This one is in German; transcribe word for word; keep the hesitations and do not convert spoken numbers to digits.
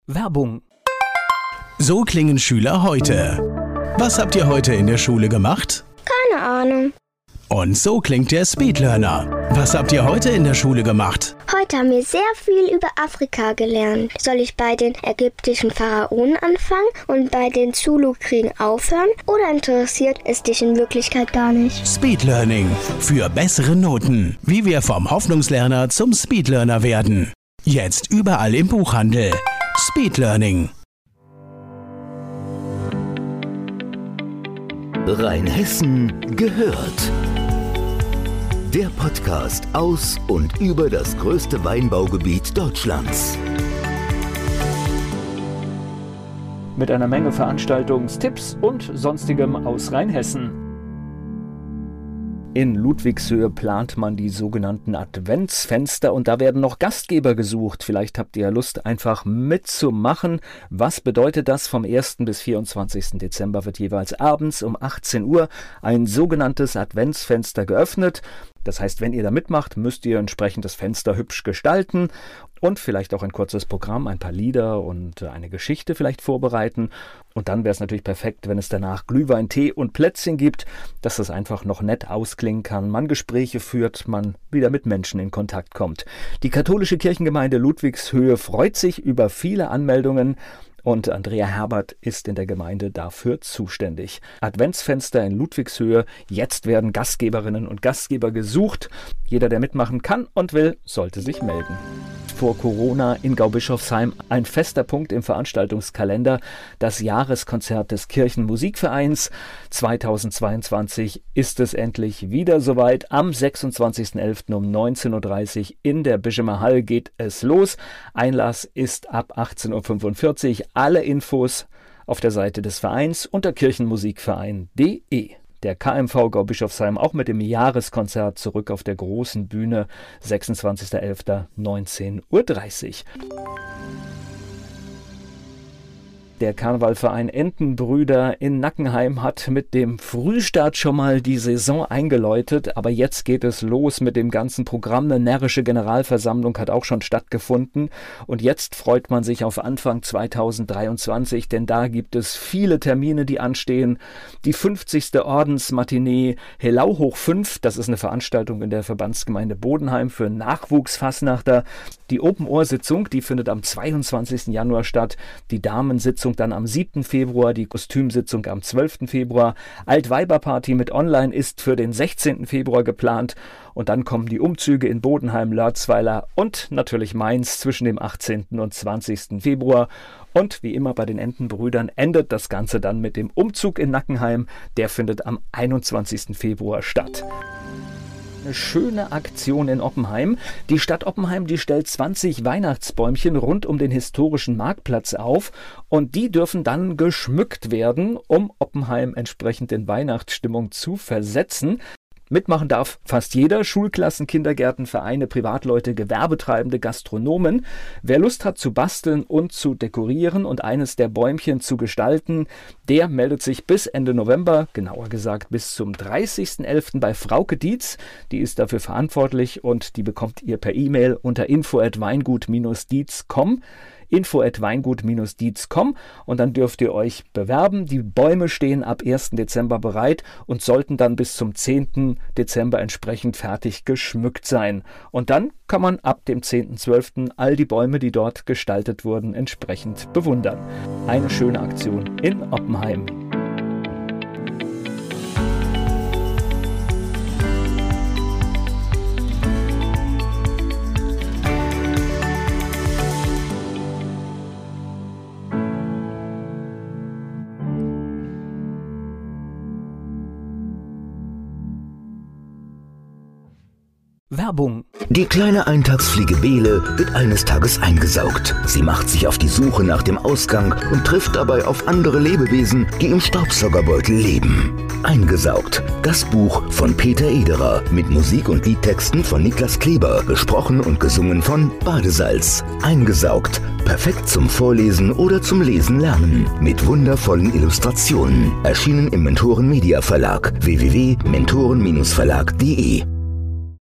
Werbung. So klingen Schüler heute. Was habt ihr heute in der Schule gemacht? Keine Ahnung. Und so klingt der Speedlearner. Was habt ihr heute in der Schule gemacht? Heute haben wir sehr viel über Afrika gelernt. Soll ich bei den ägyptischen Pharaonen anfangen und bei den Zulu-Kriegen aufhören? Oder interessiert es dich in Wirklichkeit gar nicht? Speedlearning. Für bessere Noten. Wie wir vom Hoffnungslerner zum Speedlearner werden. Jetzt überall im Buchhandel. Speedlearning. Rheinhessen gehört. Der Podcast aus und über das größte Weinbaugebiet Deutschlands. Mit einer Menge Veranstaltungstipps und Sonstigem aus Rheinhessen. In Ludwigshöhe plant man die sogenannten Adventsfenster und da werden noch Gastgeber gesucht. Vielleicht habt ihr ja Lust, einfach mitzumachen. Was bedeutet das? Vom ersten bis vierundzwanzigsten Dezember wird jeweils abends um achtzehn Uhr ein sogenanntes Adventsfenster geöffnet. Das heißt, wenn ihr da mitmacht, müsst ihr entsprechend das Fenster hübsch gestalten und vielleicht auch ein kurzes Programm, ein paar Lieder und eine Geschichte vielleicht vorbereiten. Und dann wäre es natürlich perfekt, wenn es danach Glühwein, Tee und Plätzchen gibt, dass das einfach noch nett ausklingen kann, man Gespräche führt, man wieder mit Menschen in Kontakt kommt. Die katholische Kirchengemeinde Ludwigshöhe freut sich über viele Anmeldungen. Und Andrea Herbert ist in der Gemeinde dafür zuständig. Adventsfenster in Ludwigshöhe. Jetzt werden Gastgeberinnen und Gastgeber gesucht. Jeder, der mitmachen kann und will, sollte sich melden. Vor Corona in Gaubischofsheim ein fester Punkt im Veranstaltungskalender. Das Jahreskonzert des Kirchenmusikvereins. zweitausendzweiundzwanzig ist es endlich wieder soweit. Am sechsundzwanzigsten elften um neunzehn Uhr dreißig in der Bischemer Hall geht es los. Einlass ist ab achtzehn Uhr fünfundvierzig. Alle Infos auf der Seite des Vereins unter kirchenmusikverein punkt de. Der K M V Gaubischofsheim auch mit dem Jahreskonzert zurück auf der großen Bühne, sechsundzwanzigsten elften neunzehn Uhr dreißig. Der Karnevalverein Entenbrüder in Nackenheim hat mit dem Frühstart schon mal die Saison eingeläutet, aber jetzt geht es los mit dem ganzen Programm. Eine närrische Generalversammlung hat auch schon stattgefunden und jetzt freut man sich auf Anfang zweitausenddreiundzwanzig, denn da gibt es viele Termine, die anstehen. Die fünfzigste Ordensmatinee Helau hoch fünf, das ist eine Veranstaltung in der Verbandsgemeinde Bodenheim für Nachwuchsfasnachter. Die Open-Ohr-Sitzung, die findet am zweiundzwanzigsten Januar statt. Die Damensitzung dann am siebten Februar, die Kostümsitzung am zwölften Februar. Altweiberparty mit Online ist für den sechzehnten Februar geplant. Und dann kommen die Umzüge in Bodenheim, Lörzweiler und natürlich Mainz zwischen dem achtzehnten und zwanzigsten Februar. Und wie immer bei den Entenbrüdern endet das Ganze dann mit dem Umzug in Nackenheim. Der findet am einundzwanzigsten Februar statt. Eine schöne Aktion in Oppenheim. Die Stadt Oppenheim, die stellt zwanzig Weihnachtsbäumchen rund um den historischen Marktplatz auf und die dürfen dann geschmückt werden, um Oppenheim entsprechend in Weihnachtsstimmung zu versetzen. Mitmachen darf fast jeder, Schulklassen, Kindergärten, Vereine, Privatleute, Gewerbetreibende, Gastronomen. Wer Lust hat zu basteln und zu dekorieren und eines der Bäumchen zu gestalten, der meldet sich bis Ende November, genauer gesagt bis zum dreißigsten elften bei Frauke Dietz. Die ist dafür verantwortlich und die bekommt ihr per E-Mail unter info at weingut dietz punkt com. info at weingut dietz punkt com und dann dürft ihr euch bewerben. Die Bäume stehen ab ersten Dezember bereit und sollten dann bis zum zehnten Dezember entsprechend fertig geschmückt sein. Und dann kann man ab dem zehnten zwölften all die Bäume, die dort gestaltet wurden, entsprechend bewundern. Eine schöne Aktion in Oppenheim. Werbung. Die kleine Eintagsfliege Bele wird eines Tages eingesaugt. Sie macht sich auf die Suche nach dem Ausgang und trifft dabei auf andere Lebewesen, die im Staubsaugerbeutel leben. Eingesaugt. Das Buch von Peter Ederer mit Musik und Liedtexten von Niklas Kleber, gesprochen und gesungen von Badesalz. Eingesaugt. Perfekt zum Vorlesen oder zum Lesen lernen. Mit wundervollen Illustrationen. Erschienen im Mentoren Media Verlag. w w w punkt mentoren Bindestrich verlag punkt de